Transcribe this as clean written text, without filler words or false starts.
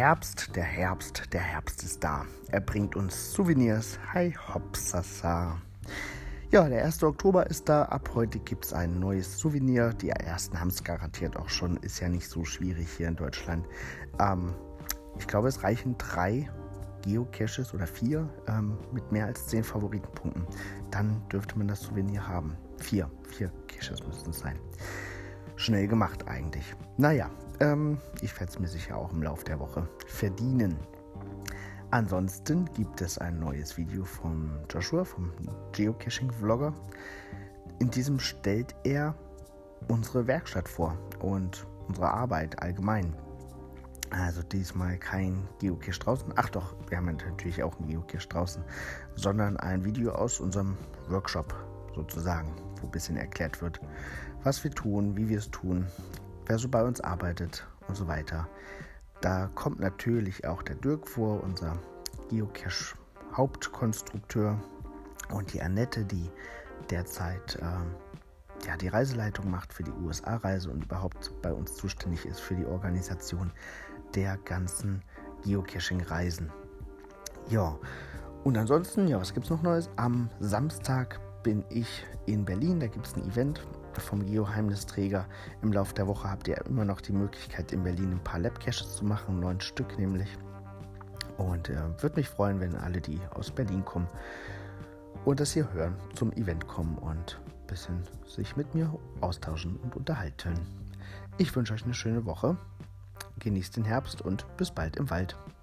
Der Herbst ist da. Er bringt uns Souvenirs. Hi, hopsasa. Ja, der 1. Oktober ist da. Ab heute gibt es ein neues Souvenir. Die ersten haben es garantiert auch schon. Ist ja nicht so schwierig hier in Deutschland. Ich glaube, es reichen 3 Geocaches oder 4 mit mehr als 10 Favoritenpunkten. Dann dürfte man das Souvenir haben. 4 Caches müssten es sein. Schnell gemacht eigentlich. Naja, ich werde es mir sicher auch im Laufe der Woche verdienen. Ansonsten gibt es ein neues Video von Joshua, vom Geocaching-Vlogger. In diesem stellt er unsere Werkstatt vor und unsere Arbeit allgemein. Also diesmal kein Geocache draußen. Ach doch, wir haben natürlich auch einen Geocache draußen, sondern ein Video aus unserem Workshop sozusagen, wo ein bisschen erklärt wird, was wir tun, wie wir es tun, wer so bei uns arbeitet und so weiter. Da kommt natürlich auch der Dirk vor, unser Geocache-Hauptkonstrukteur, und die Annette, die derzeit die Reiseleitung macht für die USA-Reise und überhaupt bei uns zuständig ist für die Organisation der ganzen Geocaching-Reisen. Ja, und ansonsten, was gibt es noch Neues? Am Samstag bin ich in Berlin, da gibt es ein Event vom Geoheimnisträger. Im Laufe der Woche habt ihr immer noch die Möglichkeit, in Berlin ein paar Lab-Caches zu machen, 9 Stück nämlich. Und würde mich freuen, wenn alle, die aus Berlin kommen und das hier hören, zum Event kommen und ein bisschen sich mit mir austauschen und unterhalten. Ich wünsche euch eine schöne Woche, genießt den Herbst und bis bald im Wald.